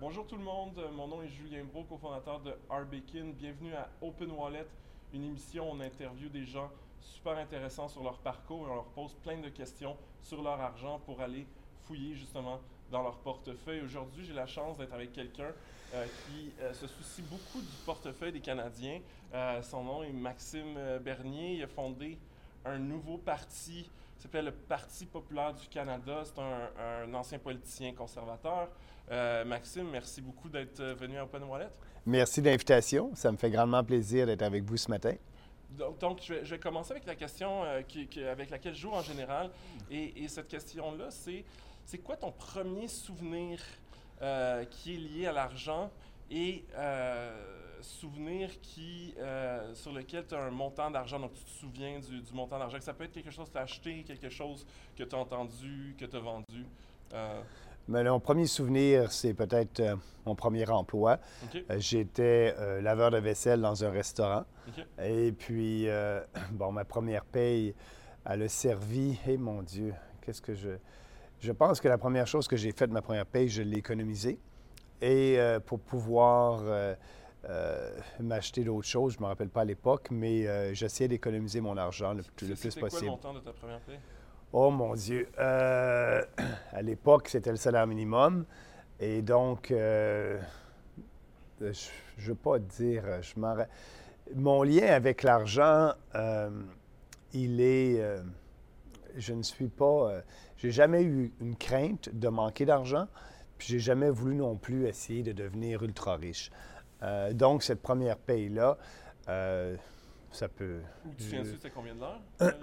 Bonjour tout le monde, mon nom est Julien Brault, cofondateur de Arbekin. Bienvenue à Open Wallet, une émission où on interviewe des gens super intéressants sur leur parcours et on leur pose plein de questions sur leur argent pour aller fouiller justement dans leur portefeuille. Aujourd'hui, j'ai la chance d'être avec quelqu'un qui se soucie beaucoup du portefeuille des Canadiens. Son nom est Maxime Bernier. Il a fondé un nouveau parti qui s'appelle le Parti populaire du Canada. C'est un ancien politicien conservateur. Maxime, merci beaucoup d'être venu à Open Wallet. Merci de l'invitation. Ça me fait grandement plaisir d'être avec vous ce matin. Donc je vais commencer avec la question avec laquelle je joue en général. Et cette question-là, c'est quoi ton premier souvenir qui est lié à l'argent et souvenir sur lequel tu as un montant d'argent, donc tu te souviens du montant d'argent, que ça peut être quelque chose que tu as acheté, quelque chose que tu as entendu, que tu as vendu. Mais mon premier souvenir, c'est peut-être mon premier emploi. Okay. J'étais laveur de vaisselle dans un restaurant. Okay. Et puis, ma première paye, elle a servi, mon Dieu, qu'est-ce que je... Je pense que la première chose que j'ai faite, ma première paye, je l'ai économisée. Et pour pouvoir m'acheter d'autres choses, je ne me rappelle pas à l'époque, mais j'essayais d'économiser mon argent le plus possible. C'était quoi le montant de ta première paye? Oh mon Dieu! À l'époque, c'était le salaire minimum. Et donc, je ne veux pas dire... Mon lien avec l'argent, il est... je ne suis pas... j'ai jamais eu une crainte de manquer d'argent, puis j'ai jamais voulu non plus essayer de devenir ultra riche. Donc, cette première paye-là, ça peut... Tu te souviens-tu, c'était combien de l'heure?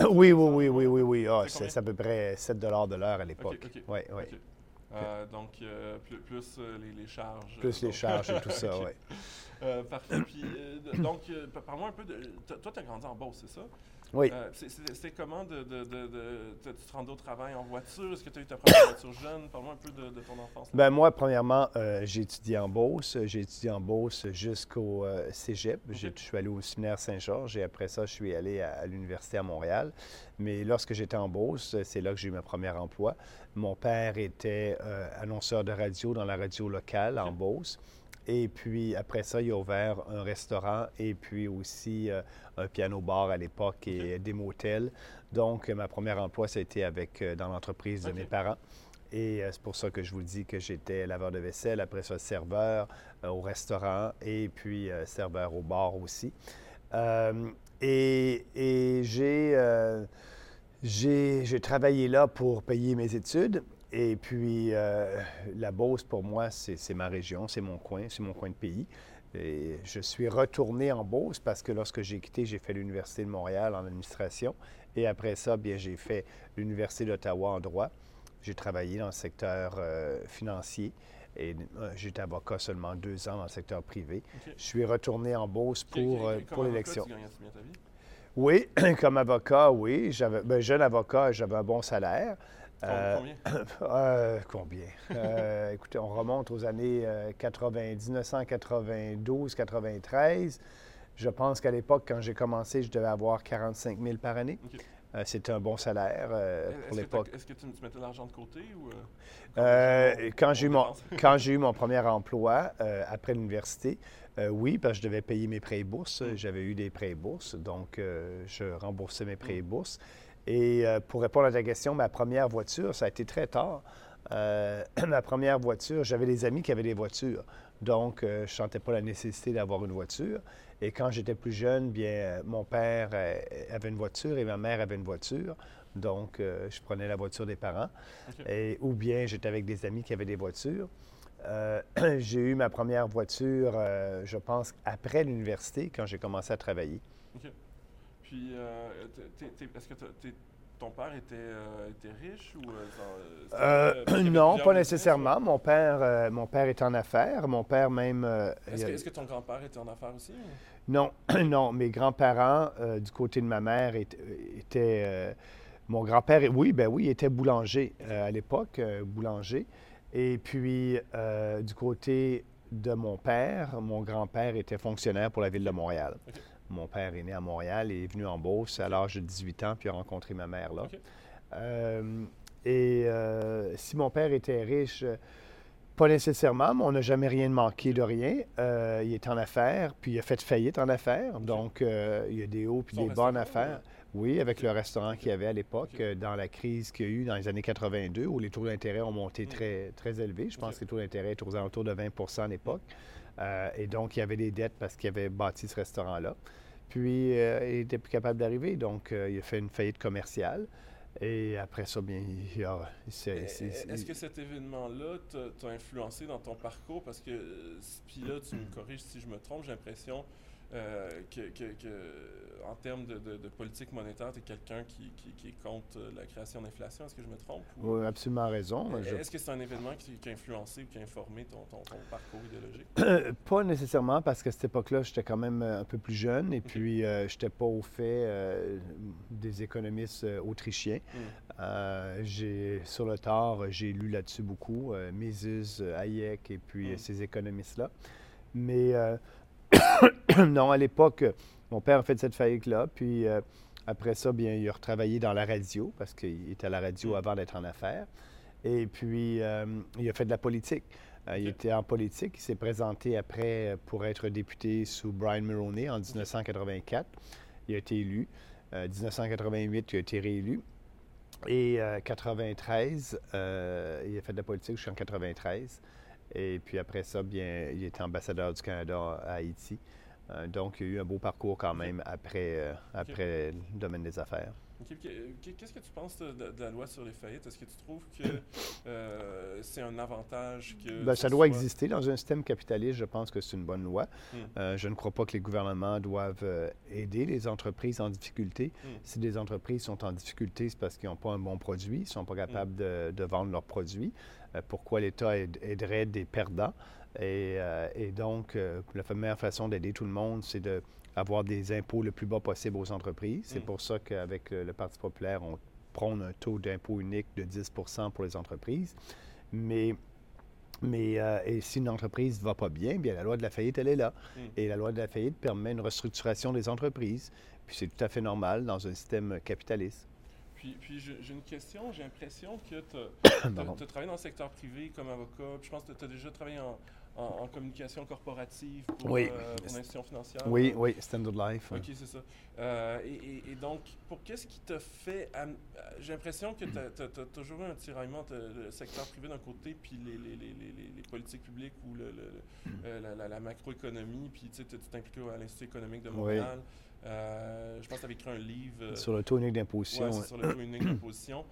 Oui. Ah, c'est à peu près 7 de l'heure à l'époque. OK. Oui. Donc, plus les charges. Plus les charges et tout ça, oui. Parfait. Puis, donc, parle-moi un peu de... Toi, tu as grandi en Beauce, c'est ça? Oui. C'était comment tu te rendais au travail en voiture? Est-ce que tu as eu ta première voiture jeune? Parle-moi un peu de ton enfance. Bien, moi, premièrement, j'ai étudié en Beauce. J'ai étudié en Beauce jusqu'au cégep. Okay. Je suis allé au séminaire Saint-Georges et après ça, je suis allé à l'université à Montréal. Mais lorsque j'étais en Beauce, c'est là que j'ai eu mon premier emploi. Mon père était annonceur de radio dans la radio locale en Beauce. Et puis, après ça, il a ouvert un restaurant et puis aussi un piano-bar à l'époque et des motels. Donc, ma première emploi, ça a été dans l'entreprise de mes parents. Et c'est pour ça que je vous dis que j'étais laveur de vaisselle, après ça, serveur au restaurant et puis serveur au bar aussi. Et j'ai travaillé là pour payer mes études. Et puis, la Beauce, pour moi, c'est ma région, c'est mon coin de pays. Et je suis retourné en Beauce parce que lorsque j'ai quitté, j'ai fait l'Université de Montréal en administration. Et après ça, bien, j'ai fait l'Université d'Ottawa en droit. J'ai travaillé dans le secteur financier et j'étais avocat seulement 2 ans dans le secteur privé. Okay. Je suis retourné en Beauce pour l'élection. Tu gagnais bien ta vie? Oui, comme avocat, oui. Jeune avocat, j'avais un bon salaire. Combien? Combien? Écoutez, on remonte aux années 1992-93. Je pense qu'à l'époque, quand j'ai commencé, je devais avoir 45 000 par année. Okay. C'était un bon salaire pour l'époque. Est-ce que tu mettais de l'argent de côté ou... Quand j'ai eu mon premier emploi après l'université, oui, parce que je devais payer mes prêts et bourses. J'avais eu des prêts et bourses, donc je remboursais mes prêts et bourses. Et pour répondre à ta question, ma première voiture, ça a été très tard. Ma première voiture, j'avais des amis qui avaient des voitures. Donc, je ne sentais pas la nécessité d'avoir une voiture. Et quand j'étais plus jeune, bien, mon père avait une voiture et ma mère avait une voiture. Donc, je prenais la voiture des parents. Okay. Ou bien, j'étais avec des amis qui avaient des voitures. J'ai eu ma première voiture, je pense, après l'université, quand j'ai commencé à travailler. OK. Puis, est-ce que ton père était riche ou... non, pas nécessairement. Mon père était en affaires. Mon père même... Est-ce que ton grand-père était en affaires aussi? Ou? Non, non. Mes grands-parents, du côté de ma mère, étaient... mon grand-père, oui, était boulanger à l'époque, boulanger. Et puis, du côté de mon grand-père était fonctionnaire pour la Ville de Montréal. Okay. Mon père est né à Montréal et est venu en Beauce à l'âge de 18 ans, puis a rencontré ma mère là. Okay. Si mon père était riche, Pas nécessairement, mais on n'a jamais rien manqué de rien. Il est en affaires, puis il a fait faillite en affaires. Donc, il y a des hauts puis des bas en affaires. Oui, avec le restaurant qu'il y avait à l'époque, dans la crise qu'il y a eu dans les années 82, où les taux d'intérêt ont monté très, très élevés. Je pense que les taux d'intérêt étaient aux alentours de 20 à l'époque. Et donc, il y avait des dettes parce qu'il avait bâti ce restaurant-là. Puis, il n'était plus capable d'arriver, donc il a fait une faillite commerciale. Et après ça, bien, Est-ce que cet événement-là t'a influencé dans ton parcours? Parce que, puis là, tu me corriges si je me trompe, j'ai l'impression en termes de politique monétaire, tu es quelqu'un qui est contre la création d'inflation. Est-ce que je me trompe? Oui, absolument raison. Est-ce que c'est un événement qui a influencé ou qui a informé ton parcours idéologique? Pas nécessairement, parce qu'à cette époque-là, j'étais quand même un peu plus jeune et puis je n'étais pas au fait des économistes autrichiens. Sur le tard, j'ai lu là-dessus beaucoup, Mises, Hayek et puis ces économistes-là. Mais non, à l'époque, mon père a fait cette faillite-là, puis après ça, bien, il a retravaillé dans la radio, parce qu'il était à la radio avant d'être en affaires. Et puis, il a fait de la politique. Il était en politique. Il s'est présenté après pour être député sous Brian Mulroney en 1984. Il a été élu. 1988, il a été réélu. Et 93, il a fait de la politique jusqu'en 93. Et puis après ça, bien, il était ambassadeur du Canada à Haïti. Donc, il y a eu un beau parcours quand même après le domaine des affaires. Qu'est-ce que tu penses de la loi sur les faillites? Est-ce que tu trouves que c'est un avantage que... Bien, ça doit exister. Dans un système capitaliste, je pense que c'est une bonne loi. Je ne crois pas que les gouvernements doivent aider les entreprises en difficulté. Si des entreprises sont en difficulté, c'est parce qu'ils n'ont pas un bon produit, ils ne sont pas capables de vendre leurs produits. Pourquoi l'État aiderait des perdants? Et donc, la meilleure façon d'aider tout le monde, c'est d'avoir des impôts le plus bas possible aux entreprises. C'est pour ça qu'avec le Parti populaire, on prône un taux d'impôt unique de 10 pour les entreprises. Mais si une entreprise ne va pas bien, bien la loi de la faillite, elle est là. Et la loi de la faillite permet une restructuration des entreprises. Puis c'est tout à fait normal dans un système capitaliste. Puis j'ai une question. J'ai l'impression que tu as travaillé dans le secteur privé comme avocat. Puis je pense que tu as déjà travaillé en communication corporative pour l'institution financière. Oui, Standard Life. OK, c'est ça. Et donc, qu'est-ce qui t'a fait... J'ai l'impression que tu as toujours eu un tiraillement entre le secteur privé d'un côté puis les politiques publiques ou la macroéconomie. Puis tu t'impliquais à l'Institut économique de Montréal. Je pense que tu avais écrit un livre... sur le taux unique d'imposition. Oui, sur le taux unique d'imposition.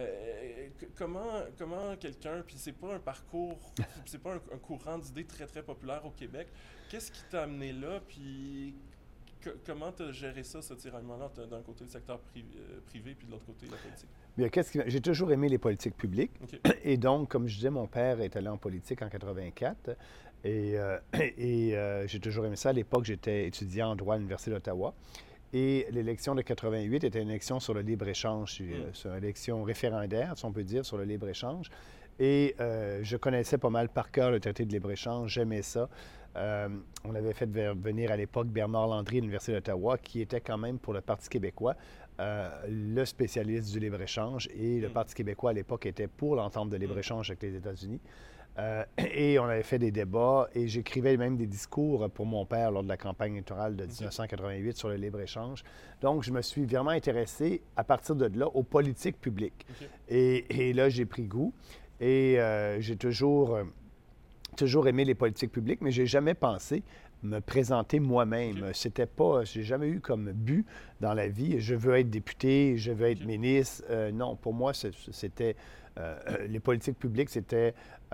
Comment quelqu'un, puis c'est pas un parcours, c'est pas un courant d'idées très, très populaire au Québec, qu'est-ce qui t'a amené là, puis comment tu as géré ça, ce tiraillement-là, d'un côté le secteur privé, puis de l'autre côté la politique? Bien, j'ai toujours aimé les politiques publiques. Et donc, comme je disais, mon père est allé en politique en 84. Et j'ai toujours aimé ça. À l'époque, j'étais étudiant en droit à l'Université d'Ottawa. Et l'élection de 88 était une élection sur le libre-échange. C'est une élection référendaire, si on peut dire, sur le libre-échange. Et je connaissais pas mal par cœur le traité de libre-échange. J'aimais ça. On avait fait venir à l'époque Bernard Landry à l'Université d'Ottawa, qui était quand même pour le Parti québécois le spécialiste du libre-échange. Et le Parti québécois, à l'époque, était pour l'entente de libre-échange avec les États-Unis. Et on avait fait des débats et j'écrivais même des discours pour mon père lors de la campagne électorale de 1988 sur le libre-échange. Donc, je me suis vraiment intéressé à partir de là aux politiques publiques. Et là, j'ai pris goût et j'ai toujours aimé les politiques publiques, mais j'ai jamais pensé me présenter moi-même. C'était pas, j'ai jamais eu comme but dans la vie, je veux être député, je veux être ministre. Non, pour moi, c'était... les politiques publiques, c'était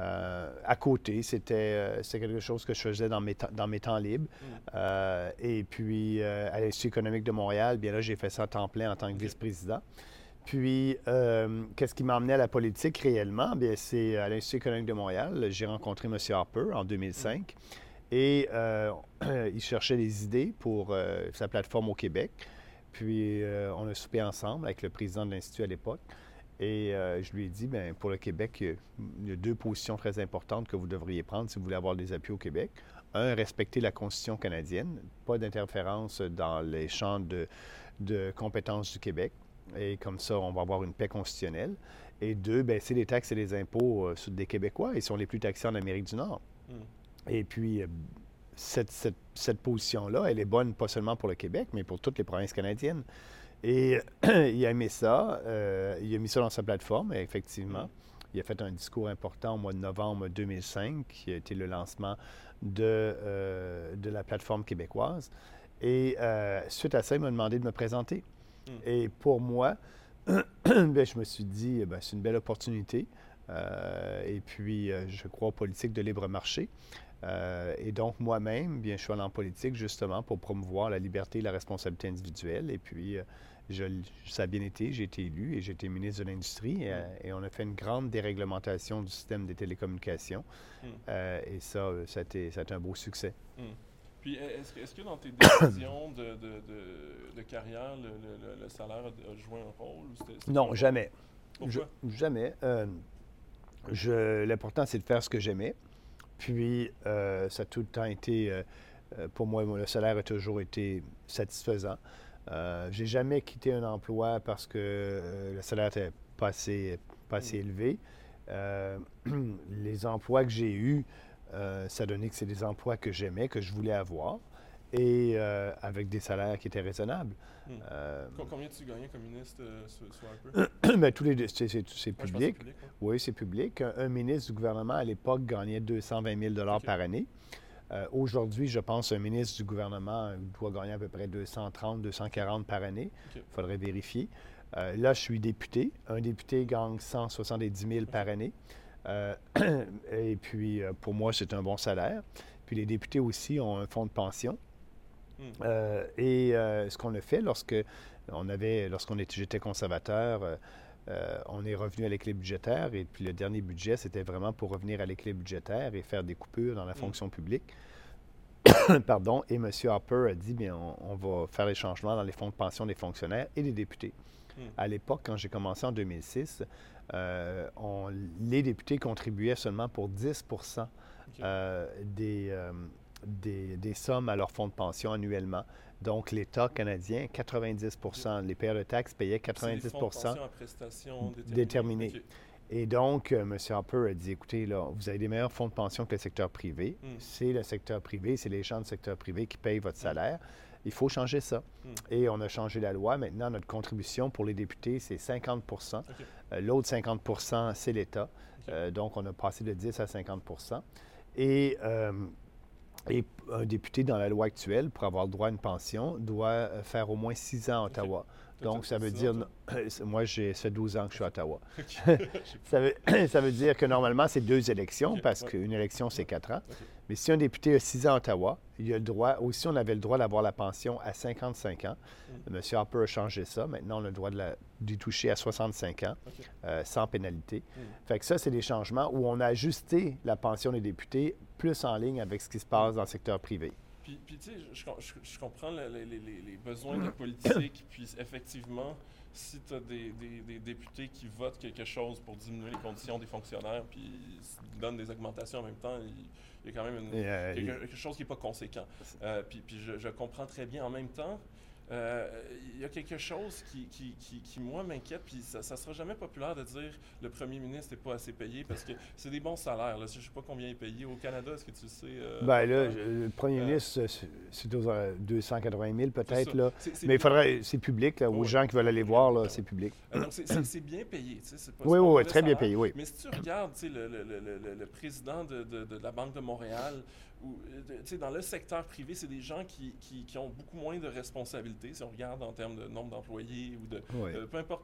à côté. C'était quelque chose que je faisais dans mes temps libres. Et puis, à l'Institut économique de Montréal, bien là, j'ai fait ça à temps plein en tant que vice-président. Puis, qu'est-ce qui m'a amené à la politique réellement? Bien, c'est à l'Institut économique de Montréal. J'ai rencontré M. Harper en 2005. Et il cherchait des idées pour sa plateforme au Québec. Puis, on a soupé ensemble avec le président de l'Institut à l'époque. Et je lui ai dit, bien, pour le Québec, il y a deux positions très importantes que vous devriez prendre si vous voulez avoir des appuis au Québec. Un, respecter la Constitution canadienne, pas d'interférence dans les champs de compétences du Québec. Et comme ça, on va avoir une paix constitutionnelle. Et deux, baisser les taxes et les impôts des Québécois. Ils sont les plus taxés en Amérique du Nord. Et puis, cette position-là, elle est bonne pas seulement pour le Québec, mais pour toutes les provinces canadiennes. Et il a aimé ça. Il a mis ça dans sa plateforme, effectivement. Il a fait un discours important au mois de novembre 2005, qui a été le lancement de la plateforme québécoise. Et suite à ça, il m'a demandé de me présenter. Et pour moi, je me suis dit, c'est une belle opportunité. Et puis, je crois aux politiques de libre marché. Et donc, moi-même, je suis allé en politique justement pour promouvoir la liberté et la responsabilité individuelle. Et puis, ça a bien été, j'ai été élu et j'ai été ministre de l'Industrie. Et on a fait une grande déréglementation du système des télécommunications. Et ça a été un beau succès. Puis, est-ce que dans tes décisions de carrière, le salaire a joué un rôle? Non, jamais. Pourquoi? Jamais. L'important, c'est de faire ce que j'aimais. Puis, ça a tout le temps été, pour moi, le salaire a toujours été satisfaisant. J'ai jamais quitté un emploi parce que le salaire n'était pas assez élevé. Les emplois que j'ai eus, ça donnait que c'est des emplois que j'aimais, que je voulais avoir, et avec des salaires qui étaient raisonnables. Combien tu gagnais comme ministre, soit un peu? Bien, c'est public. Ouais. Oui, c'est public. Un ministre du gouvernement, à l'époque, gagnait 220 000 $ par année. Aujourd'hui, je pense qu'un ministre du gouvernement doit gagner à peu près 230, 240 par année. Il faudrait vérifier. Là, je suis député. Un député gagne 170 000 par année. Et puis, pour moi, c'est un bon salaire. Puis, les députés aussi ont un fonds de pension. Ce qu'on a fait j'étais conservateur, on est revenu à l'équilibre budgétaire. Et puis, le dernier budget, c'était vraiment pour revenir à l'équilibre budgétaire et faire des coupures dans la fonction publique. Pardon. Et M. Harper a dit, bien, on va faire les changements dans les fonds de pension des fonctionnaires et des députés. À l'époque, quand j'ai commencé en 2006, les députés contribuaient seulement pour 10 des sommes à leur fonds de pension annuellement. Donc, l'État canadien, 90 les payeurs de taxes payaient 90 C'est les fonds de pension à prestations déterminées. Okay. Et donc, M. Harper a dit, écoutez, là, vous avez des meilleurs fonds de pension que le secteur privé. C'est le secteur privé, c'est les gens du secteur privé qui payent votre salaire. Il faut changer ça. Et on a changé la loi. Maintenant, notre contribution pour les députés, c'est 50 L'autre 50 c'est l'État. Donc, on a passé de 10 à 50 Et un député dans la loi actuelle, pour avoir le droit à une pension, doit faire au moins 6 ans à Ottawa. Donc, ça veut dire... Moi, ça fait 12 ans que je suis à Ottawa. Ça veut dire que normalement, c'est 2 élections, parce qu'une élection, c'est 4 ans. Mais si un député a 6 ans à Ottawa, il a le droit... Aussi, on avait le droit d'avoir la pension à 55 ans. M. Harper a changé ça. Maintenant, on a le droit d'y toucher à 65 ans, sans pénalité. Fait que ça, c'est des changements où on a ajusté la pension des députés plus en ligne avec ce qui se passe dans le secteur privé. Puis tu sais, je comprends les besoins de la politique, puis effectivement, si tu as des députés qui votent quelque chose pour diminuer les conditions des fonctionnaires, puis ils donnent des augmentations en même temps, il y a quand même quelque chose qui n'est pas conséquent. Puis je comprends très bien. En même temps, il y a quelque chose qui moi, m'inquiète, puis ça ne sera jamais populaire de dire le premier ministre n'est pas assez payé, parce que c'est des bons salaires. Là. Je ne sais pas combien il est payé. Au Canada, est-ce que tu le sais? Le premier ministre, c'est aux 280 000 peut-être. Là. Mais il faudrait, c'est public, là, aux gens qui veulent aller voir, là, c'est public. Donc, c'est bien payé. Oui, très bien payé, oui. Mais si tu regardes le président de la Banque de Montréal, dans le secteur privé, c'est des gens qui ont beaucoup moins de responsabilités, si on regarde en termes de nombre d'employés ou peu importe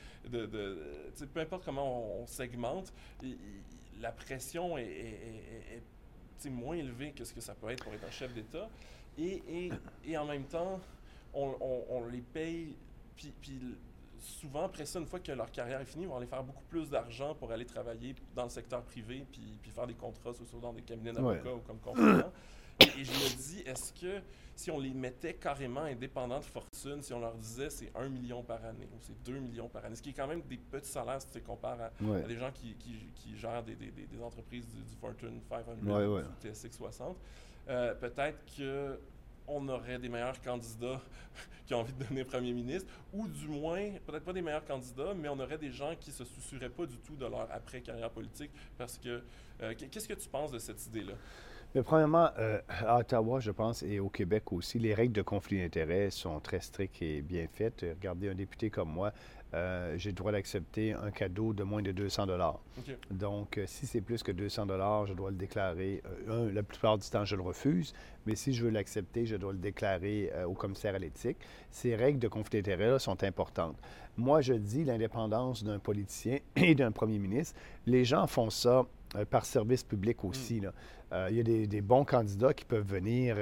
peu importe comment on segmente, la pression est moins élevée que ce que ça peut être pour être un chef d'État. Et en même temps, on les paye, puis souvent, après ça, une fois que leur carrière est finie, ils vont aller faire beaucoup plus d'argent pour aller travailler dans le secteur privé puis faire des contrats, soit dans des cabinets d'avocats ou comme consultants. Et je me dis, est-ce que si on les mettait carrément indépendants de fortune, si on leur disait c'est 1 million par année ou c'est 2 millions par année, ce qui est quand même des petits salaires si tu compares à des gens qui gèrent des entreprises du Fortune 500 ou TSX 60, peut-être que on aurait des meilleurs candidats qui ont envie de devenir premier ministre, ou du moins, peut-être pas des meilleurs candidats, mais on aurait des gens qui se soucieraient pas du tout de leur après-carrière politique, parce que, qu'est-ce que tu penses de cette idée-là? Mais premièrement, à Ottawa, je pense, et au Québec aussi, les règles de conflit d'intérêts sont très strictes et bien faites. Regardez, un député comme moi, j'ai le droit d'accepter un cadeau de moins de 200 dollars. OK. Donc, si c'est plus que 200 dollars, je dois le déclarer. La plupart du temps, je le refuse, mais si je veux l'accepter, je dois le déclarer au commissaire à l'éthique. Ces règles de conflit d'intérêts sont importantes. Moi, je dis l'indépendance d'un politicien et d'un premier ministre. Les gens font ça par service public aussi. Là. Il y a des bons candidats qui peuvent venir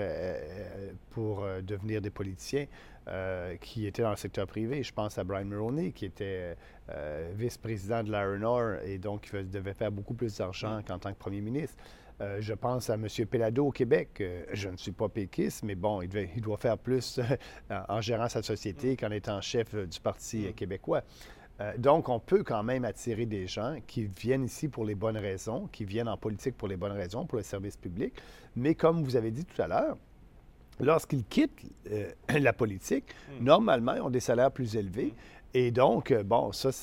pour devenir des politiciens qui étaient dans le secteur privé. Je pense à Brian Mulroney, qui était vice-président de l'R&R et donc qui devait faire beaucoup plus d'argent qu'en tant que premier ministre. Je pense à M. Pellado au Québec. Je ne suis pas péquiste, mais bon, il doit faire plus en gérant sa société qu'en étant chef du Parti québécois. Donc, on peut quand même attirer des gens qui viennent ici pour les bonnes raisons, qui viennent en politique pour les bonnes raisons, pour le service public. Mais comme vous avez dit tout à l'heure, lorsqu'ils quittent la politique, normalement, ils ont des salaires plus élevés. Et donc, bon, ça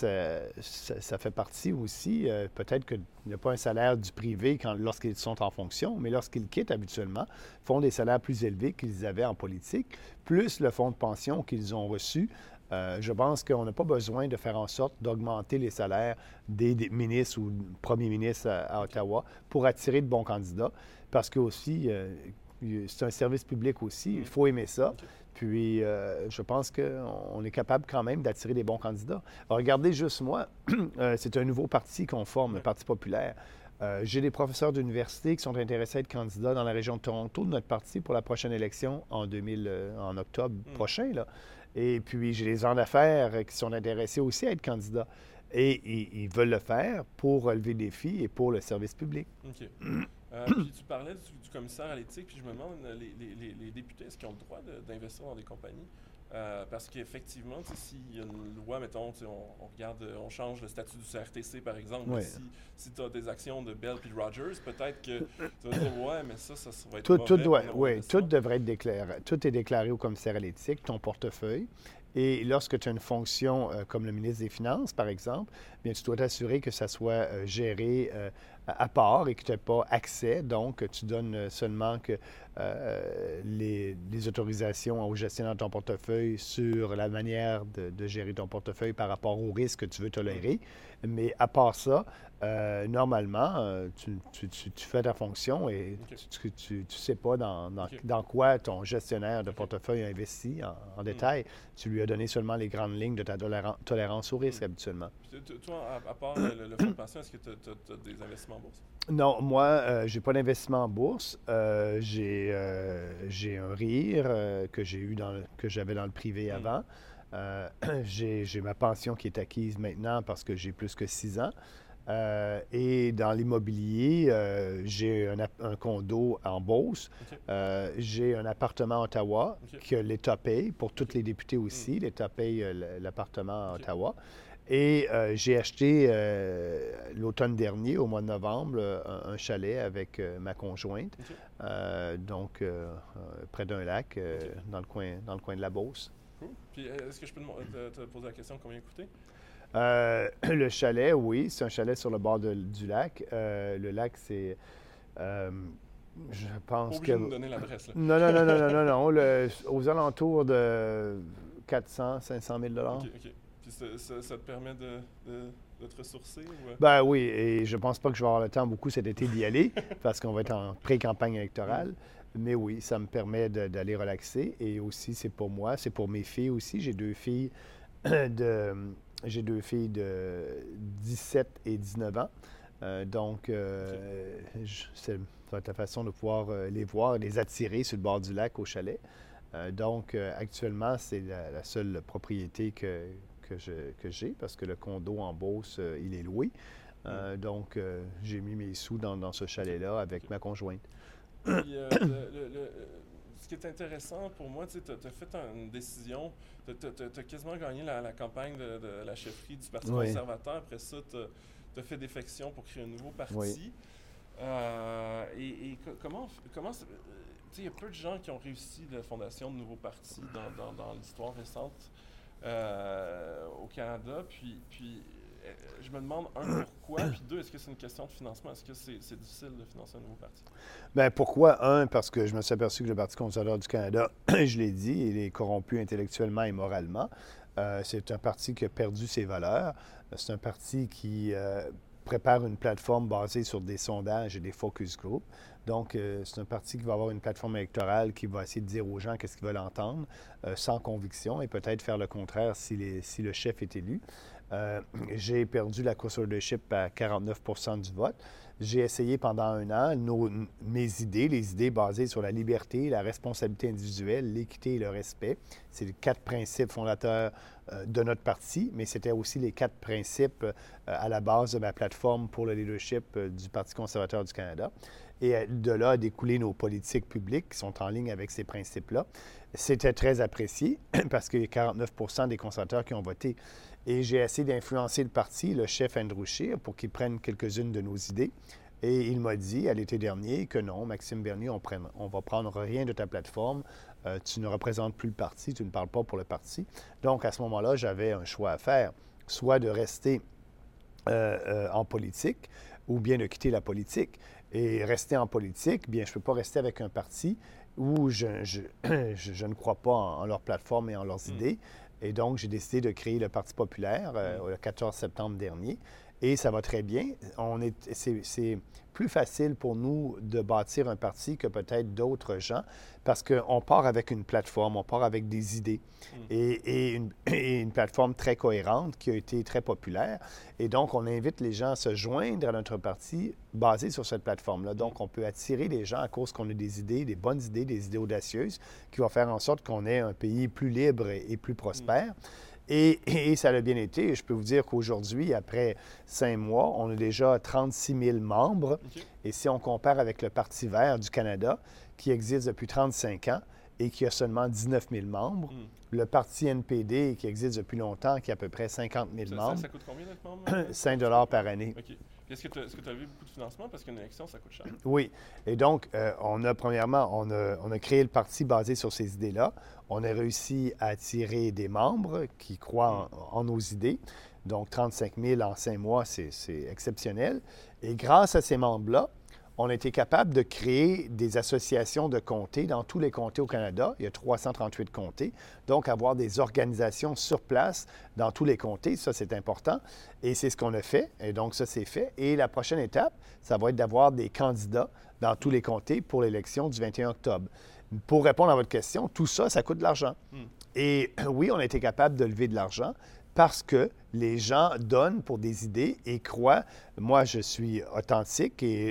fait partie aussi, peut-être qu'il n'y a pas un salaire du privé lorsqu'ils sont en fonction, mais lorsqu'ils quittent habituellement, font des salaires plus élevés qu'ils avaient en politique, plus le fonds de pension qu'ils ont reçu. Je pense qu'on n'a pas besoin de faire en sorte d'augmenter les salaires des ministres ou premiers ministres à Ottawa pour attirer de bons candidats, parce que aussi, c'est un service public aussi, il faut aimer ça. Puis, je pense qu'on est capable quand même d'attirer des bons candidats. Alors, regardez juste moi, c'est un nouveau parti qu'on forme, le Parti populaire. J'ai des professeurs d'université qui sont intéressés à être candidats dans la région de Toronto de notre parti pour la prochaine élection en octobre prochain, là. Et puis, j'ai des gens d'affaires qui sont intéressés aussi à être candidats. Et ils veulent le faire pour relever des défis et pour le service public. OK. Puis tu parlais du commissaire à l'éthique, puis je me demande, les députés, est-ce qu'ils ont le droit d'investir dans des compagnies? Parce qu'effectivement, s'il y a une loi, mettons, on regarde, on change le statut du CRTC, par exemple. Ouais. Si tu as des actions de Bell puis de Rogers, peut-être que tu vas dire, ouais, mais ça va être Tout devrait être déclaré. Tout est déclaré au commissaire à l'éthique, ton portefeuille. Et lorsque tu as une fonction comme le ministre des Finances, par exemple, bien, tu dois t'assurer que ça soit géré à part et que tu n'as pas accès. Donc, tu donnes seulement que les autorisations au gestionnaire de ton portefeuille sur la manière de gérer ton portefeuille par rapport aux risques que tu veux tolérer. Mais à part ça, normalement, tu fais ta fonction et tu ne sais pas dans quoi ton gestionnaire de portefeuille a investi en détail. Tu lui as donné seulement les grandes lignes de ta tolérance au risque habituellement. Toi, à part le fonds de pension, est-ce que tu as des investissements en bourse? Non, moi, j'ai pas d'investissement en bourse. J'ai un RIR que j'avais dans le privé avant. J'ai ma pension qui est acquise maintenant parce que j'ai plus que 6 ans. Et dans l'immobilier, j'ai un condo en Beauce. J'ai un appartement à Ottawa que l'État paye, pour tous les députés aussi. L'État paye l'appartement à Ottawa. Et j'ai acheté l'automne dernier, au mois de novembre, un chalet avec ma conjointe, donc près d'un lac, dans le coin de la Beauce. Cool. Puis est-ce que je peux te poser la question combien il coûtait? Le chalet, oui, c'est un chalet sur le bord du lac. Le lac, c'est... je pense que... Pas obligé de me donner l'adresse, là. Non. Aux alentours de 400-500 000 $. OK. Puis ça te permet de te ressourcer? Ou... Ben oui, et je pense pas que je vais avoir le temps beaucoup cet été d'y aller parce qu'on va être en pré-campagne électorale. Mais oui, ça me permet d'aller relaxer. Et aussi, c'est pour moi, c'est pour mes filles aussi. J'ai deux filles de 17 et 19 ans. Donc, c'est la façon de pouvoir les voir et les attirer sur le bord du lac au chalet. Donc, actuellement, c'est la seule propriété que j'ai parce que le condo en Beauce, il est loué. Donc, j'ai mis mes sous dans ce chalet-là avec ma conjointe. Puis, ce qui est intéressant pour moi, tu as fait une décision, tu as quasiment gagné la campagne de la chefferie du Parti conservateur. Après ça, tu as fait défection pour créer un nouveau parti. Oui. Comment il y a peu de gens qui ont réussi la fondation de nouveaux partis dans l'histoire récente au Canada. Je me demande, un, pourquoi, puis deux, est-ce que c'est une question de financement? Est-ce que c'est difficile de financer un nouveau parti? Bien, pourquoi? Un, parce que je me suis aperçu que le Parti conservateur du Canada, je l'ai dit, il est corrompu intellectuellement et moralement. C'est un parti qui a perdu ses valeurs. C'est un parti qui prépare une plateforme basée sur des sondages et des focus groups. Donc, c'est un parti qui va avoir une plateforme électorale qui va essayer de dire aux gens qu'est-ce qu'ils veulent entendre, sans conviction, et peut-être faire le contraire si le chef est élu. J'ai perdu la course au leadership à 49 % du vote. J'ai essayé pendant un an mes idées, les idées basées sur la liberté, la responsabilité individuelle, l'équité et le respect. C'est les 4 principes fondateurs de notre parti, mais c'était aussi les 4 principes à la base de ma plateforme pour le leadership du Parti conservateur du Canada. Et de là a découlé nos politiques publiques qui sont en ligne avec ces principes-là. C'était très apprécié parce qu'il y a 49 % des conservateurs qui ont voté. Et j'ai essayé d'influencer le parti, le chef Andrew Scheer, pour qu'il prenne quelques-unes de nos idées. Et il m'a dit à l'été dernier que non, Maxime Bernier, on ne va prendre rien de ta plateforme. Tu ne représentes plus le parti, tu ne parles pas pour le parti. Donc, à ce moment-là, j'avais un choix à faire, soit de rester en politique ou bien de quitter la politique. Et rester en politique, bien, je ne peux pas rester avec un parti où je ne crois pas en leur plateforme et en leurs idées. Et donc, j'ai décidé de créer le Parti populaire le 14 septembre dernier. Et ça va très bien. C'est plus facile pour nous de bâtir un parti que peut-être d'autres gens parce qu'on part avec une plateforme, on part avec des idées et une plateforme très cohérente qui a été très populaire. Et donc, on invite les gens à se joindre à notre parti basé sur cette plateforme-là. Donc, on peut attirer les gens à cause qu'on a des idées, des bonnes idées, des idées audacieuses qui vont faire en sorte qu'on ait un pays plus libre et plus prospère. Et ça a bien été. Je peux vous dire qu'aujourd'hui, après 5 mois, on a déjà 36 000 membres. Okay. Et si on compare avec le Parti vert du Canada, qui existe depuis 35 ans et qui a seulement 19 000 membres, le Parti NPD, qui existe depuis longtemps, qui a à peu près 50 000 membres. Ça coûte combien d'être membre? 5 $ par année. OK. Est-ce que tu as vu beaucoup de financement? Parce qu'une élection, ça coûte cher. Oui. Et donc, premièrement, on a créé le parti basé sur ces idées-là. On a réussi à attirer des membres qui croient en nos idées. Donc, 35 000 en 5 mois, c'est exceptionnel. Et grâce à ces membres-là, on a été capable de créer des associations de comtés dans tous les comtés au Canada. Il y a 338 comtés. Donc, avoir des organisations sur place dans tous les comtés, ça, c'est important. Et c'est ce qu'on a fait. Et donc, ça, c'est fait. Et la prochaine étape, ça va être d'avoir des candidats dans tous les comtés pour l'élection du 21 octobre. Pour répondre à votre question, tout ça, ça coûte de l'argent. Et oui, on a été capable de lever de l'argent parce que les gens donnent pour des idées et croient. Moi, je suis authentique et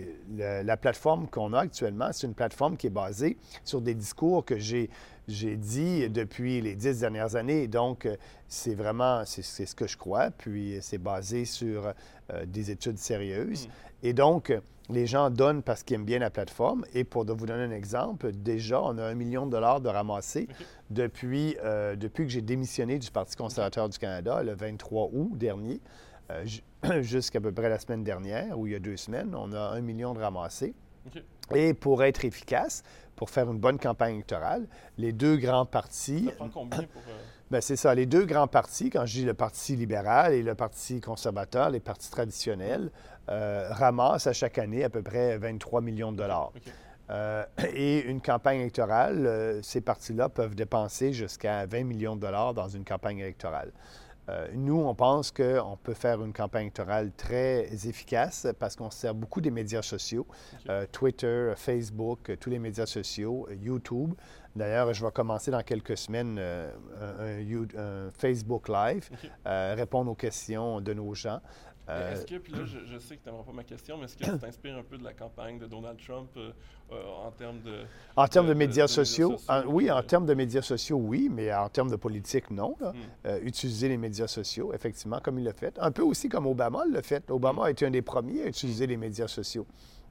la plateforme qu'on a actuellement, c'est une plateforme qui est basée sur des discours que j'ai dit depuis les 10 dernières années. Donc, c'est ce que je crois. Puis, c'est basé sur des études sérieuses. Et donc, les gens donnent parce qu'ils aiment bien la plateforme. Et pour vous donner un exemple, déjà, on a 1 million de dollars de ramassés depuis que j'ai démissionné du Parti conservateur du Canada, le 23 août dernier, jusqu'à peu près la semaine dernière, ou il y a 2 semaines, on a 1 million de ramassés. Et pour être efficace, pour faire une bonne campagne électorale, les 2 grands partis... Ça prend combien pour... Bien, c'est ça. Les 2 grands partis, quand je dis le Parti libéral et le Parti conservateur, les partis traditionnels, ramassent à chaque année à peu près 23 millions de dollars. Et une campagne électorale, ces partis-là peuvent dépenser jusqu'à 20 millions de dollars dans une campagne électorale. Nous, on pense qu'on peut faire une campagne électorale très efficace parce qu'on se sert beaucoup des médias sociaux, Twitter, Facebook, tous les médias sociaux, YouTube. D'ailleurs, je vais commencer dans quelques semaines un Facebook Live, répondre aux questions de nos gens. Est-ce que, puis là, je sais que tu n'aimeras pas ma question, mais est-ce que tu t'inspires un peu de la campagne de Donald Trump en termes de... En termes de médias sociaux? Oui, en termes de médias sociaux, oui, mais en termes de politique, non. Utiliser les médias sociaux, effectivement, comme il l'a fait. Un peu aussi comme Obama l'a fait. Obama a été un des premiers à utiliser les médias sociaux.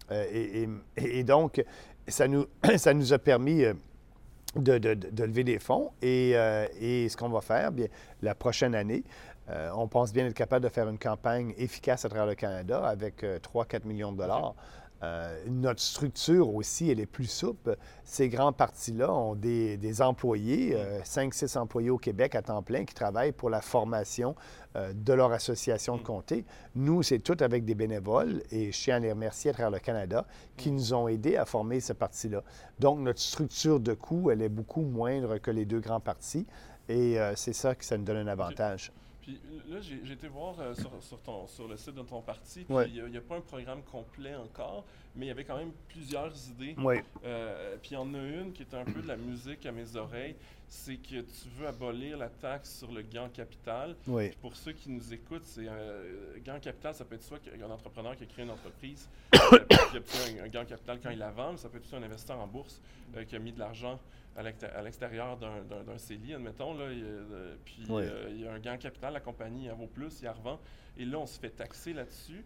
Et donc, ça nous a permis... De lever des fonds. Et ce qu'on va faire, bien, la prochaine année, On pense bien être capable de faire une campagne efficace à travers le Canada avec 3-4 millions de dollars. Notre structure aussi, elle est plus souple. Ces grands partis-là ont des employés, 5-6 employés au Québec à temps plein qui travaillent pour la formation de leur association de comté. Nous, c'est tout avec des bénévoles et je tiens à les remercier à travers le Canada qui nous ont aidés à former ce parti-là. Donc, notre structure de coût, elle est beaucoup moindre que les deux grands partis et c'est ça que ça nous donne un avantage. Puis là, j'ai été voir sur le site de ton parti, puis Ouais. il n'y a pas un programme complet encore, mais il y avait quand même plusieurs idées. Oui. Puis il y en a une qui est un peu de la musique à mes oreilles, c'est que tu veux abolir la taxe sur le gain en capital. Oui. Puis pour ceux qui nous écoutent, c'est gain en capital, ça peut être soit un entrepreneur qui a créé une entreprise, puis qui obtient un gain en capital quand il la vend, mais ça peut être aussi un investisseur en bourse qui a mis de l'argent à l'extérieur d'un CELI, admettons, là, puis Oui. il y a un gain en capital, la compagnie elle vaut plus, il la revend, et là, on se fait taxer là-dessus.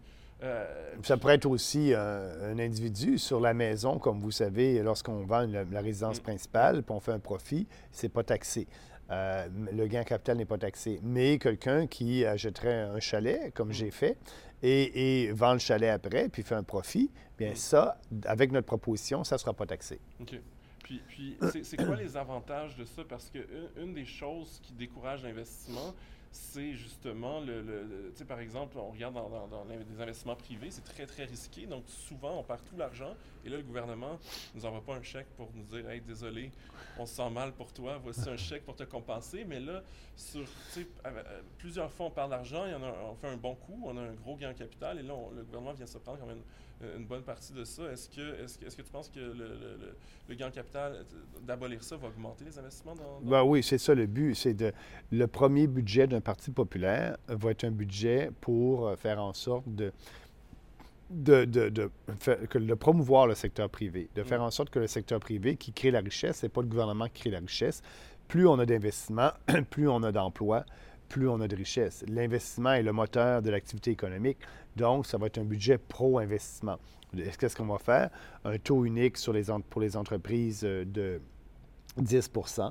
Ça pourrait être aussi un individu sur la maison, comme vous savez, lorsqu'on vend la résidence principale, puis on fait un profit, c'est pas taxé. Le gain en capital n'est pas taxé. Mais quelqu'un qui achèterait un chalet, comme j'ai fait, et vend le chalet après, puis fait un profit, bien ça, avec notre proposition, ça ne sera pas taxé. OK. Puis c'est quoi les avantages de ça? Parce que une des choses qui décourage l'investissement, c'est justement tu sais, par exemple, on regarde dans des investissements privés, c'est très, très risqué. Donc, souvent, on perd tout l'argent. Et là, le gouvernement ne nous envoie pas un chèque pour nous dire « Hey, désolé, on se sent mal pour toi. Voici un chèque pour te compenser. » Mais là, plusieurs fois, on perd l'argent. On fait un bon coup. On a un gros gain en capital. Et là, le gouvernement vient se prendre quand même une bonne partie de ça. Est-ce que tu penses que le gain en capital, d'abolir ça, va augmenter les investissements Ben oui, c'est ça le but. Le premier budget d'un parti populaire va être un budget pour faire en sorte de promouvoir le secteur privé, de faire en sorte que le secteur privé qui crée la richesse, c'est pas le gouvernement qui crée la richesse. Plus on a d'investissement, plus on a d'emplois, plus on a de richesse. L'investissement est le moteur de l'activité économique, donc ça va être un budget pro-investissement. Qu'est-ce qu'on va faire? Un taux unique pour les entreprises de 10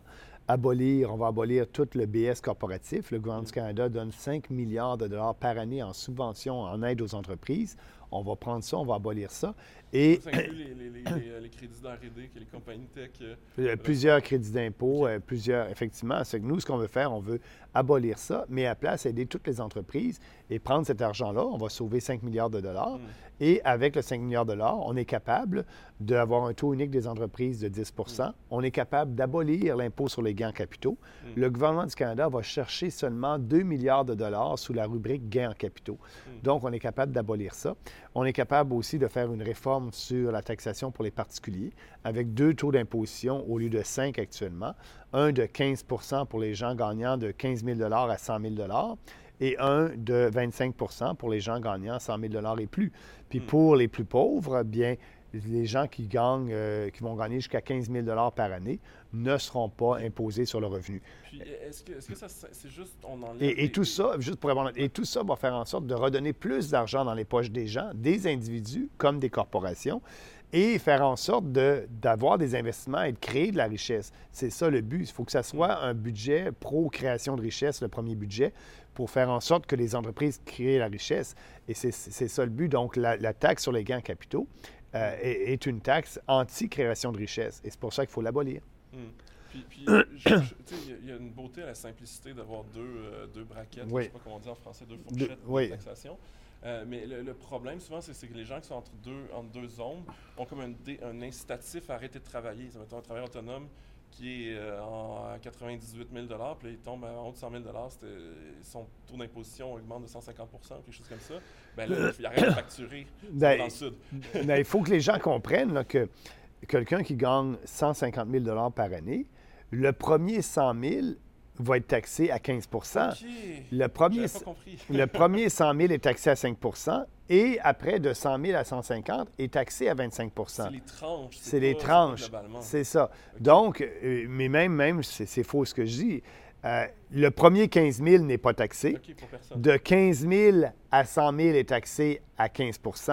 on va abolir tout le BS corporatif. Le gouvernement du Canada donne 5 milliards de dollars par année en subventions, en aide aux entreprises. On va prendre ça, on va abolir ça. Et ça inclut les crédits d'R&D que les compagnies tech... plusieurs crédits d'impôt, effectivement. C'est que nous, ce qu'on veut faire, on veut abolir ça, mais à place, aider toutes les entreprises et prendre cet argent-là. On va sauver 5 milliards de dollars. Et avec le 5 milliards de dollars, on est capable d'avoir un taux unique des entreprises de 10 On est capable d'abolir l'impôt sur les gains en capitaux. Le gouvernement du Canada va chercher seulement 2 milliards de dollars sous la rubrique gains en capitaux. Donc, on est capable d'abolir ça. On est capable aussi de faire une réforme sur la taxation pour les particuliers avec 2 taux d'imposition au lieu de 5 actuellement. Un de 15 pour les gens gagnant de 15 000 à 100 000 et un de 25 pour les gens gagnant 100 000 et plus. Puis pour les plus pauvres, bien, les gens qui vont gagner jusqu'à 15 000 par année ne seront pas imposés sur le revenu. Puis est-ce que ça, c'est juste, on enlève... Et tout ça, juste pour répondre, et tout ça va faire en sorte de redonner plus d'argent dans les poches des gens, des individus comme des corporations, et faire en sorte d'avoir des investissements et de créer de la richesse. C'est ça le but. Il faut que ça soit un budget pro-création de richesse, le premier budget, pour faire en sorte que les entreprises créent la richesse. Et c'est ça le but. Donc, la taxe sur les gains en capitaux est une taxe anti-création de richesse. Et c'est pour ça qu'il faut l'abolir. Puis il y a une beauté à la simplicité d'avoir deux braquettes, je ne sais pas comment on dit en français, deux fourchettes de taxation. Mais le problème, souvent, c'est que les gens qui sont entre deux zones ont comme un incitatif à arrêter de travailler. Ça va être un travailleur autonome qui est à 98 000 puis là, il tombe en haut de 100 000 son taux d'imposition augmente de 150 quelque chose comme ça. Bien là, il arrête de facturer dans le sud. Il faut que les gens comprennent là, que quelqu'un qui gagne 150 000 par année, le premier 100 000 va être taxé à 15 Le premier 100 000 est taxé à 5 et après, de 100 000 à 150 est taxé à 25 C'est les tranches. C'est les tranches. C'est ça. Okay. Donc, mais même c'est faux ce que je dis. Le premier 15 000 n'est pas taxé. Okay, pour personne. De 15 000 à 100 000 est taxé à 15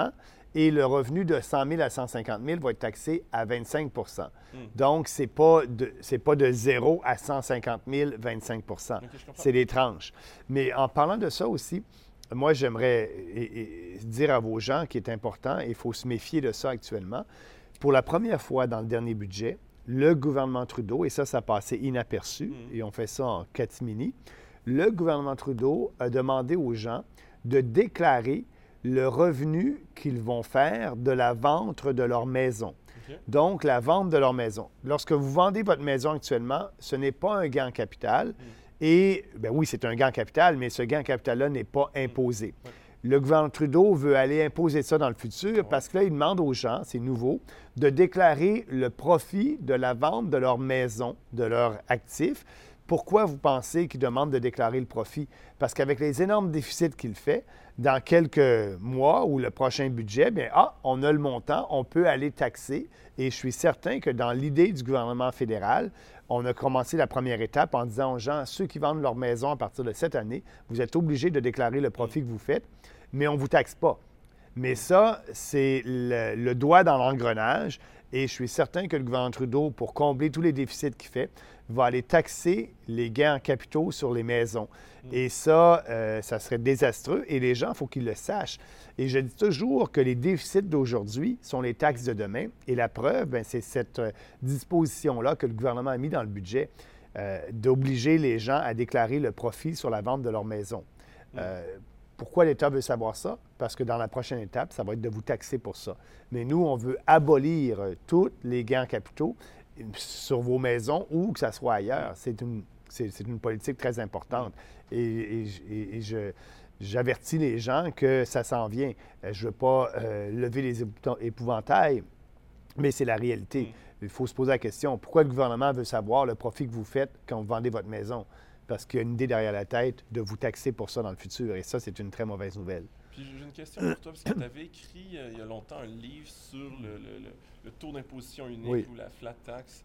et le revenu de 100 000 à 150 000 va être taxé à 25 Donc, ce n'est pas de 0 à 150 000, 25 C'est des tranches. Mais en parlant de ça aussi, moi, j'aimerais dire à vos gens qu'il est important, et il faut se méfier de ça actuellement. Pour la première fois dans le dernier budget, le gouvernement Trudeau, et ça passait inaperçu, et on fait ça en catimini, le gouvernement Trudeau a demandé aux gens de déclarer le revenu qu'ils vont faire de la vente de leur maison. Okay. Donc, la vente de leur maison. Lorsque vous vendez votre maison actuellement, ce n'est pas un gain en capital. Et, bien oui, c'est un gain en capital, mais ce gain en capital-là n'est pas imposé. Le gouvernement Trudeau veut aller imposer ça dans le futur parce que là, il demande aux gens, c'est nouveau, de déclarer le profit de la vente de leur maison, de leurs actifs. Pourquoi vous pensez qu'il demande de déclarer le profit? Parce qu'avec les énormes déficits qu'il fait, dans quelques mois ou le prochain budget, bien, on a le montant, on peut aller taxer. Et je suis certain que dans l'idée du gouvernement fédéral, on a commencé la première étape en disant aux gens, ceux qui vendent leur maison à partir de cette année, vous êtes obligés de déclarer le profit que vous faites, mais on ne vous taxe pas. Mais ça, c'est le doigt dans l'engrenage. Et je suis certain que le gouvernement Trudeau, pour combler tous les déficits qu'il fait, va aller taxer les gains en capitaux sur les maisons. Et ça, ça serait désastreux. Et les gens, il faut qu'ils le sachent. Et je dis toujours que les déficits d'aujourd'hui sont les taxes de demain. Et la preuve, bien, c'est cette disposition-là que le gouvernement a mis dans le budget d'obliger les gens à déclarer le profit sur la vente de leur maison. Pourquoi l'État veut savoir ça? Parce que dans la prochaine étape, ça va être de vous taxer pour ça. Mais nous, on veut abolir tous les gains en capitaux sur vos maisons ou que ça soit ailleurs. C'est une politique très importante. Et j'avertis les gens que ça s'en vient. Je ne veux pas lever les épouvantails, mais c'est la réalité. Il faut se poser la question, pourquoi le gouvernement veut savoir le profit que vous faites quand vous vendez votre maison? Parce qu'il y a une idée derrière la tête de vous taxer pour ça dans le futur. Et ça, c'est une très mauvaise nouvelle. Puis j'ai une question pour toi, parce que tu avais écrit il y a longtemps un livre sur le taux d'imposition unique ou la flat tax,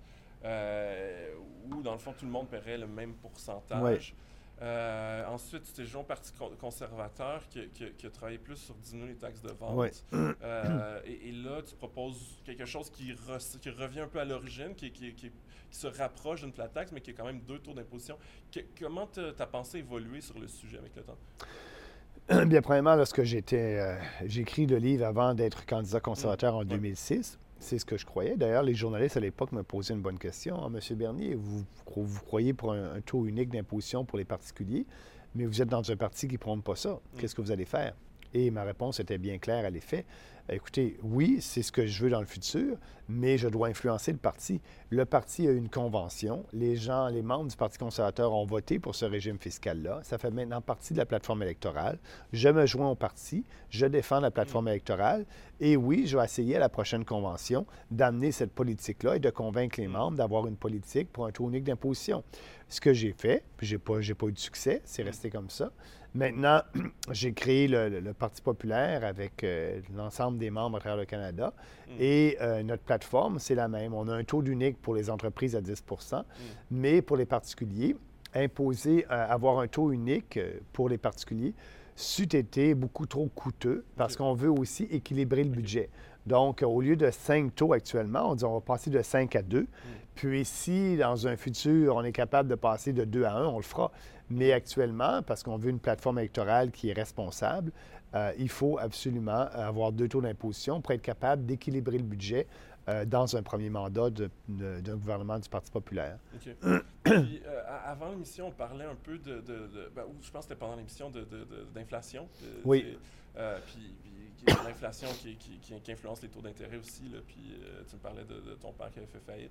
où dans le fond, tout le monde paierait le même pourcentage. Ensuite, tu t'es joué au Parti conservateur qui a travaillé plus sur diminuer les taxes de vente. Et là, tu proposes quelque chose qui revient un peu à l'origine, qui se rapproche d'une flat tax, mais qui a quand même 2 taux d'imposition. Comment tu as pensé évoluer sur le sujet avec le temps? Bien, premièrement, lorsque j'ai écrit le livre avant d'être candidat conservateur en 2006, c'est ce que je croyais. D'ailleurs, les journalistes à l'époque me posaient une bonne question. « Monsieur Bernier, vous croyez pour un taux unique d'imposition pour les particuliers, mais vous êtes dans un parti qui ne prône pas ça. Qu'est-ce que vous allez faire? » Et ma réponse était bien claire à l'effet. Écoutez, oui, c'est ce que je veux dans le futur, mais je dois influencer le parti. Le parti a une convention. Les membres du Parti conservateur ont voté pour ce régime fiscal-là. Ça fait maintenant partie de la plateforme électorale. Je me joins au parti. Je défends la plateforme électorale. Et oui, je vais essayer à la prochaine convention d'amener cette politique-là et de convaincre les membres d'avoir une politique pour un taux unique d'imposition. Ce que j'ai fait, puis j'ai pas eu de succès, c'est resté comme ça. Maintenant, j'ai créé le Parti populaire avec l'ensemble des membres à travers le Canada. Et notre plateforme, c'est la même. On a un taux unique pour les entreprises à 10 mais pour les particuliers, avoir un taux unique pour les particuliers, c'eût été beaucoup trop coûteux parce qu'on veut aussi équilibrer le budget. Donc, au lieu de 5 taux actuellement, on dit on va passer de 5 à 2. Puis si, dans un futur, on est capable de passer de 2 à 1, on le fera. Mais actuellement, parce qu'on veut une plateforme électorale qui est responsable, il faut absolument avoir 2 taux d'imposition pour être capable d'équilibrer le budget dans un premier mandat d'un gouvernement du Parti populaire. OK. Puis, avant l'émission, on parlait un peu je pense que c'était pendant l'émission d'inflation. Oui. Puis l'inflation qui influence les taux d'intérêt aussi. Là, puis tu me parlais de ton père qui avait fait faillite.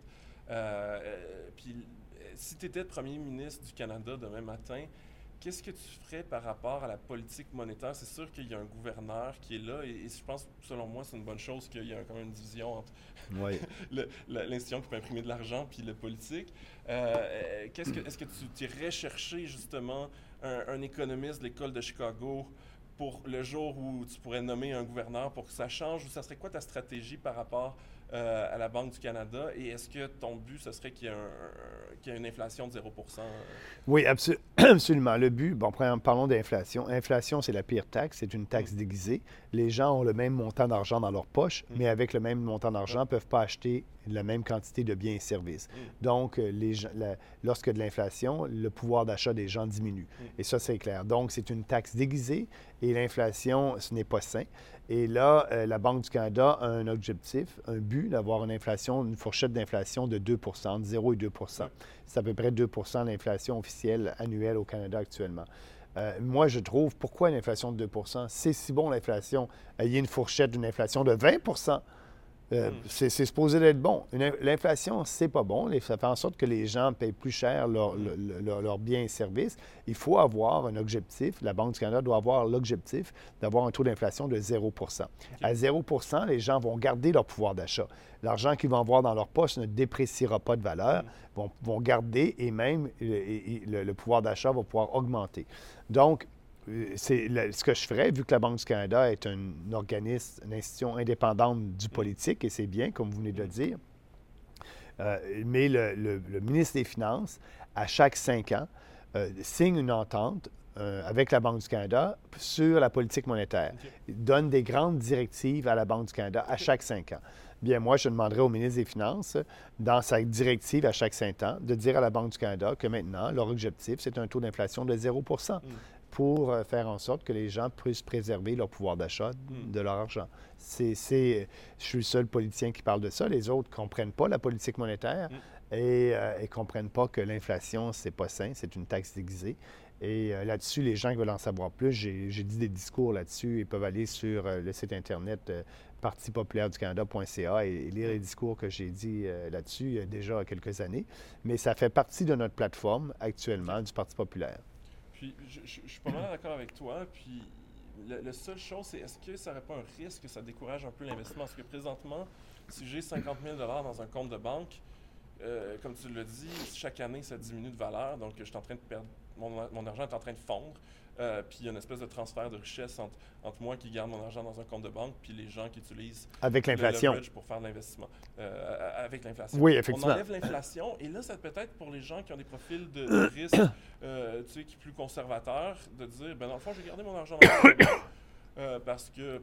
Puis si tu étais le premier ministre du Canada demain matin, qu'est-ce que tu ferais par rapport à la politique monétaire? C'est sûr qu'il y a un gouverneur qui est là et je pense, selon moi, c'est une bonne chose qu'il y ait quand même une division entre l'institution qui peut imprimer de l'argent puis le politique. Est-ce que tu irais chercher justement un économiste de l'école de Chicago pour le jour où tu pourrais nommer un gouverneur pour que ça change? Ou ça serait quoi ta stratégie par rapport à la Banque du Canada. Et est-ce que ton but, ce serait qu'il y ait une inflation de 0 Oui, absolument. Le but, bon, parlons d'inflation. Inflation, c'est la pire taxe. C'est une taxe déguisée. Les gens ont le même montant d'argent dans leur poche, mais avec le même montant d'argent, ne peuvent pas acheter la même quantité de biens et services. Donc, lorsque de l'inflation, le pouvoir d'achat des gens diminue. Et ça, c'est clair. Donc, c'est une taxe déguisée et l'inflation, ce n'est pas sain. Et là, la Banque du Canada a un objectif, un but d'avoir une fourchette d'inflation de 2 entre 0 et 2 C'est à peu près 2 l'inflation officielle annuelle au Canada actuellement. Moi, je trouve, pourquoi une inflation de 2 c'est si bon l'inflation, il y a une fourchette d'une inflation de 20 c'est supposé d'être bon. L'inflation, c'est pas bon. Ça fait en sorte que les gens payent plus cher leurs biens et services. Il faut avoir un objectif. La Banque du Canada doit avoir l'objectif d'avoir un taux d'inflation de 0 À 0 les gens vont garder leur pouvoir d'achat. L'argent qu'ils vont avoir dans leur poche ne dépréciera pas de valeur, vont garder et même le pouvoir d'achat va pouvoir augmenter. Donc, ce que je ferais, vu que la Banque du Canada est un organisme, une institution indépendante du politique, et c'est bien, comme vous venez de le dire, mais le ministre des Finances, à chaque 5 ans, signe une entente avec la Banque du Canada sur la politique monétaire. Il donne des grandes directives à la Banque du Canada à chaque 5 ans. Bien, moi, je demanderais au ministre des Finances, dans sa directive à chaque 5 ans, de dire à la Banque du Canada que maintenant, leur objectif, c'est un taux d'inflation de 0 pour faire en sorte que les gens puissent préserver leur pouvoir d'achat de leur argent. Je suis le seul politicien qui parle de ça. Les autres ne comprennent pas la politique monétaire et ne comprennent pas que l'inflation, c'est pas sain, c'est une taxe déguisée. Et là-dessus, les gens qui veulent en savoir plus, j'ai dit des discours là-dessus. Ils peuvent aller sur le site Internet partipopulaireducanada.ca et lire les discours que j'ai dit là-dessus il y a déjà quelques années. Mais ça fait partie de notre plateforme actuellement du Parti populaire. Puis, je suis pas mal d'accord avec toi. Puis, la seule chose, c'est est-ce que ça n'aurait pas un risque que ça décourage un peu l'investissement? Parce que présentement, si j'ai 50 000 dans un compte de banque, comme tu l'as dit, chaque année, ça diminue de valeur. Donc, je suis en train de perdre, mon argent est en train de fondre. Puis, il y a une espèce de transfert de richesse entre moi qui garde mon argent dans un compte de banque puis les gens qui utilisent avec l'inflation. Le leverage pour faire de l'investissement. Avec l'inflation. Oui, effectivement. On enlève l'inflation et là, ça peut être pour les gens qui ont des profils de risque qui plus conservateurs, de dire, ben dans le fond, j'ai gardé mon argent dans le compte de banque parce que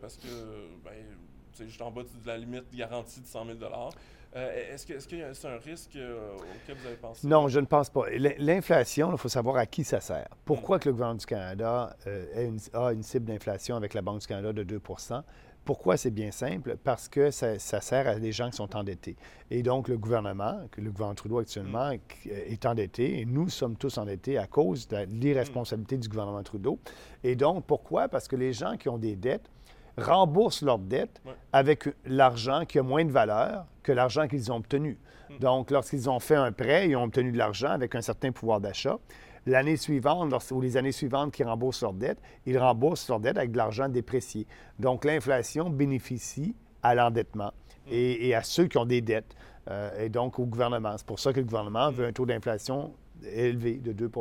je suis en bas de la limite garantie de 100 000 Est-ce que c'est un risque auquel vous avez pensé? Non, je ne pense pas. L'inflation, il faut savoir à qui ça sert. Pourquoi que le gouvernement du Canada a une cible d'inflation avec la Banque du Canada de 2 Pourquoi? C'est bien simple. Parce que ça sert à des gens qui sont endettés. Et donc, le gouvernement Trudeau actuellement, est endetté. Et nous sommes tous endettés à cause de l'irresponsabilité du gouvernement Trudeau. Et donc, pourquoi? Parce que les gens qui ont des dettes remboursent leurs dettes avec l'argent qui a moins de valeur que l'argent qu'ils ont obtenu. Donc, lorsqu'ils ont fait un prêt, ils ont obtenu de l'argent avec un certain pouvoir d'achat. L'année suivante, ou les années suivantes qu'ils remboursent leurs dettes, ils remboursent leurs dettes avec de l'argent déprécié. Donc, l'inflation bénéficie à l'endettement et à ceux qui ont des dettes, et donc au gouvernement. C'est pour ça que le gouvernement veut un taux d'inflation élevé de 2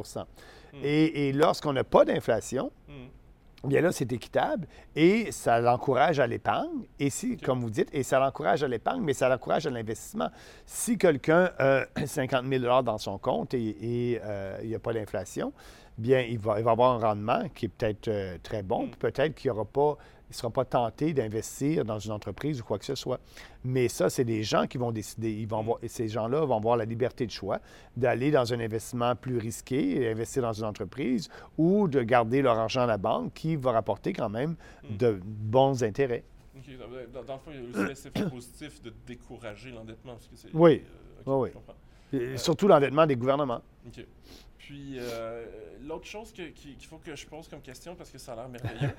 Et lorsqu'on n'a pas d'inflation, bien là, c'est équitable et ça l'encourage à l'épargne. Et comme vous dites, et ça l'encourage à l'épargne, mais ça l'encourage à l'investissement. Si quelqu'un a 50 000 dans son compte et il n'y a pas d'inflation, bien, il va avoir un rendement qui est peut-être très bon, puis peut-être qu'il ne sera pas tenté d'investir dans une entreprise ou quoi que ce soit. Mais ça, c'est des gens qui vont décider. Ces gens-là vont avoir la liberté de choix d'aller dans un investissement plus risqué, investir dans une entreprise, ou de garder leur argent à la banque qui va rapporter quand même de bons intérêts. OK. Dans le fond, il y a aussi l'effet positif de décourager l'endettement. Parce que c'est, oui. Okay, oui. Surtout l'endettement des gouvernements. OK. Puis, l'autre chose qu'il faut que je pose comme question, parce que ça a l'air merveilleux,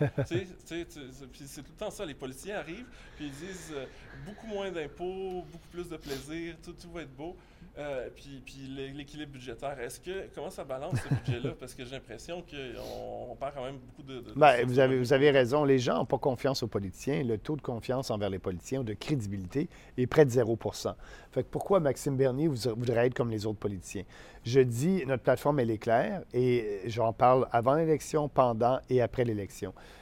puis c'est tout le temps ça, les policiers arrivent, puis ils disent beaucoup moins d'impôts, beaucoup plus de plaisir, tout va être beau, puis l'équilibre budgétaire. Comment ça balance ce budget-là? Parce que j'ai l'impression qu'on perd quand même beaucoup de vous avez raison, les gens n'ont pas confiance aux politiciens. Le taux de confiance envers les politiciens ou de crédibilité est près de 0 Fait que pourquoi Maxime Bernier voudrait être comme les autres politiciens? Je dis, notre plateforme, elle est claire et j'en parle avant l'élection, pendant et après l'élection.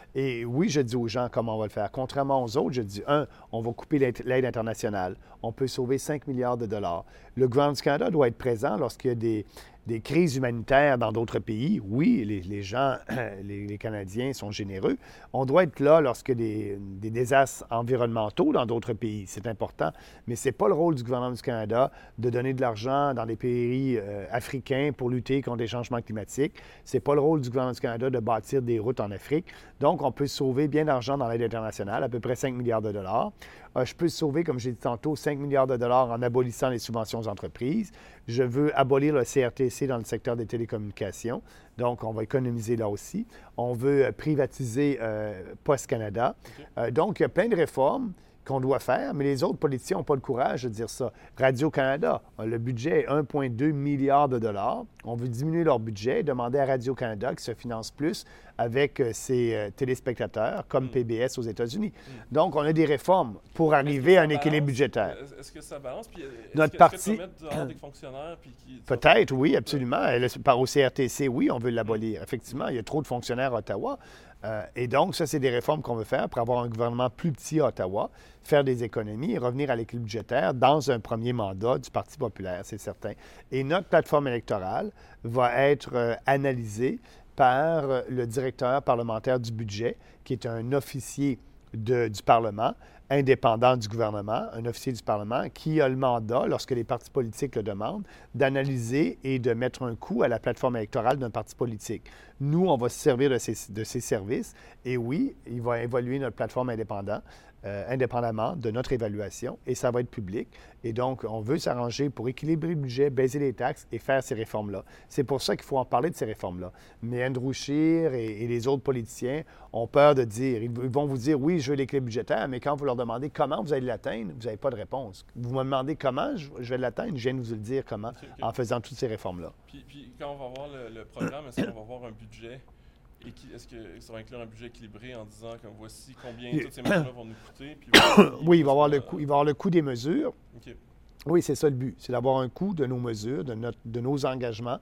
Et oui, je dis aux gens comment on va le faire. Contrairement aux autres, je dis, on va couper l'aide internationale. On peut sauver 5 milliards de dollars. Le gouvernement du Canada doit être présent lorsqu'il y a des crises humanitaires dans d'autres pays. Oui, les gens, les Canadiens sont généreux. On doit être là lorsqu'il y a des désastres environnementaux dans d'autres pays. C'est important. Mais ce n'est pas le rôle du gouvernement du Canada de donner de l'argent dans des pays africains pour lutter contre les changements climatiques. Ce n'est pas le rôle du gouvernement du Canada de bâtir des routes en Afrique. Donc, on peut sauver bien d'argent dans l'aide internationale, à peu près 5 milliards de dollars. Je peux sauver, comme j'ai dit tantôt, 5 milliards de dollars en abolissant les subventions aux entreprises. Je veux abolir le CRTC dans le secteur des télécommunications. Donc, on va économiser là aussi. On veut privatiser Post Canada. Donc, il y a plein de réformes qu'on doit faire, mais les autres politiciens n'ont pas le courage de dire ça. Radio-Canada, le budget est 1,2 milliard de dollars. On veut diminuer leur budget et demander à Radio-Canada qui se finance plus avec ses téléspectateurs, comme PBS aux États-Unis. Donc, on a des réformes pour arriver à un équilibre budgétaire. Est-ce que ça balance? Puis Notre parti... Est-ce que tu mettre des fonctionnaires? Peut-être, oui, absolument. Au CRTC, oui, on veut l'abolir. Effectivement, il y a trop de fonctionnaires à Ottawa. Et donc, ça, c'est des réformes qu'on veut faire pour avoir un gouvernement plus petit à Ottawa, faire des économies et revenir à l'équilibre budgétaire dans un premier mandat du Parti populaire, c'est certain. Et notre plateforme électorale va être analysée par le directeur parlementaire du budget, qui est un officier du Parlement, indépendant du gouvernement, un officier du Parlement, qui a le mandat, lorsque les partis politiques le demandent, d'analyser et de mettre un coût à la plateforme électorale d'un parti politique. Nous, on va se servir de ces services et oui, il va évaluer notre plateforme indépendamment de notre évaluation et ça va être public. Et donc, on veut s'arranger pour équilibrer le budget, baisser les taxes et faire ces réformes-là. C'est pour ça qu'il faut en parler de ces réformes-là. Mais Andrew Scheer et les autres politiciens ont peur de dire, ils vont vous dire, oui, je veux l'équilibre budgétaire, mais quand vous leur demandez comment vous allez l'atteindre, vous n'avez pas de réponse. Vous me demandez comment je vais l'atteindre, je viens de vous le dire comment, en faisant toutes ces réformes-là. Puis quand on va voir le programme, est-ce qu'on va voir un budget? Est-ce que ça va inclure un budget équilibré en disant comme voici combien toutes ces mesures vont nous coûter? Puis oui, il va y avoir le coût des mesures. Okay. Oui, c'est ça le but. C'est d'avoir un coût de nos mesures, de nos engagements.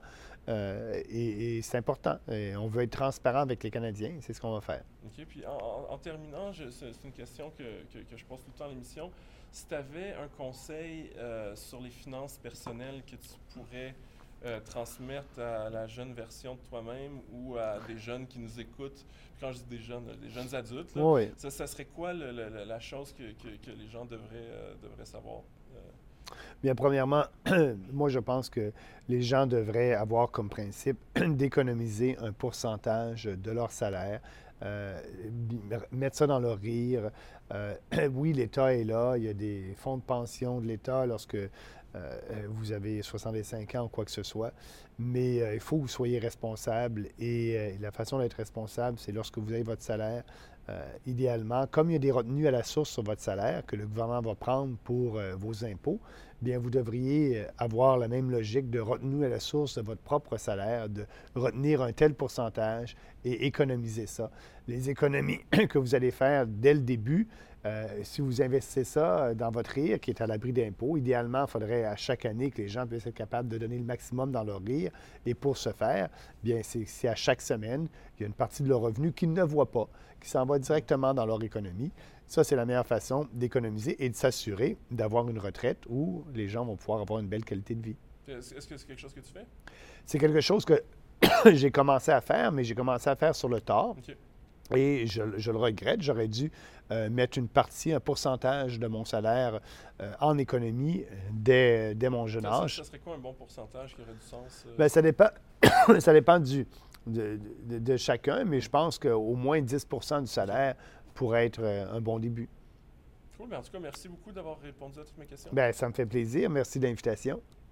Et c'est important. Et on veut être transparent avec les Canadiens. C'est ce qu'on va faire. OK. Puis en terminant, c'est une question que je pose tout le temps à l'émission. Si tu avais un conseil sur les finances personnelles que tu pourrais transmettre à la jeune version de toi-même ou à des jeunes qui nous écoutent, quand je dis des jeunes adultes, là, oui. ça serait quoi la chose que les gens devraient savoir? Bien, premièrement, moi, je pense que les gens devraient avoir comme principe d'économiser un pourcentage de leur salaire, mettre ça dans leur rire. Oui, l'État est là. Il y a des fonds de pension de l'État lorsque vous avez 65 ans ou quoi que ce soit. Mais il faut que vous soyez responsable. Et la façon d'être responsable, c'est lorsque vous avez votre salaire. Idéalement, comme il y a des retenues à la source sur votre salaire que le gouvernement va prendre pour vos impôts, bien, vous devriez avoir la même logique de retenue à la source de votre propre salaire, de retenir un tel pourcentage et économiser ça. Les économies que vous allez faire dès le début, si vous investissez ça dans votre RIR, qui est à l'abri d'impôts, idéalement, il faudrait à chaque année que les gens puissent être capables de donner le maximum dans leur RIR. Et pour ce faire, bien, c'est à chaque semaine, il y a une partie de leur revenu qu'ils ne voient pas, qui s'en va directement dans leur économie. Ça, c'est la meilleure façon d'économiser et de s'assurer d'avoir une retraite où les gens vont pouvoir avoir une belle qualité de vie. Est-ce que c'est quelque chose que tu fais? C'est quelque chose que j'ai commencé à faire, mais j'ai commencé à faire sur le tard. Okay. Et je le regrette. J'aurais dû mettre une partie, un pourcentage de mon salaire en économie dès mon jeune âge. Ça serait quoi un bon pourcentage qui aurait du sens? Bien, ça dépend, ça dépend de chacun, mais je pense qu'au moins 10 % du salaire pourrait être un bon début. Cool. Bien, en tout cas, merci beaucoup d'avoir répondu à toutes mes questions. Bien, ça me fait plaisir. Merci de l'invitation.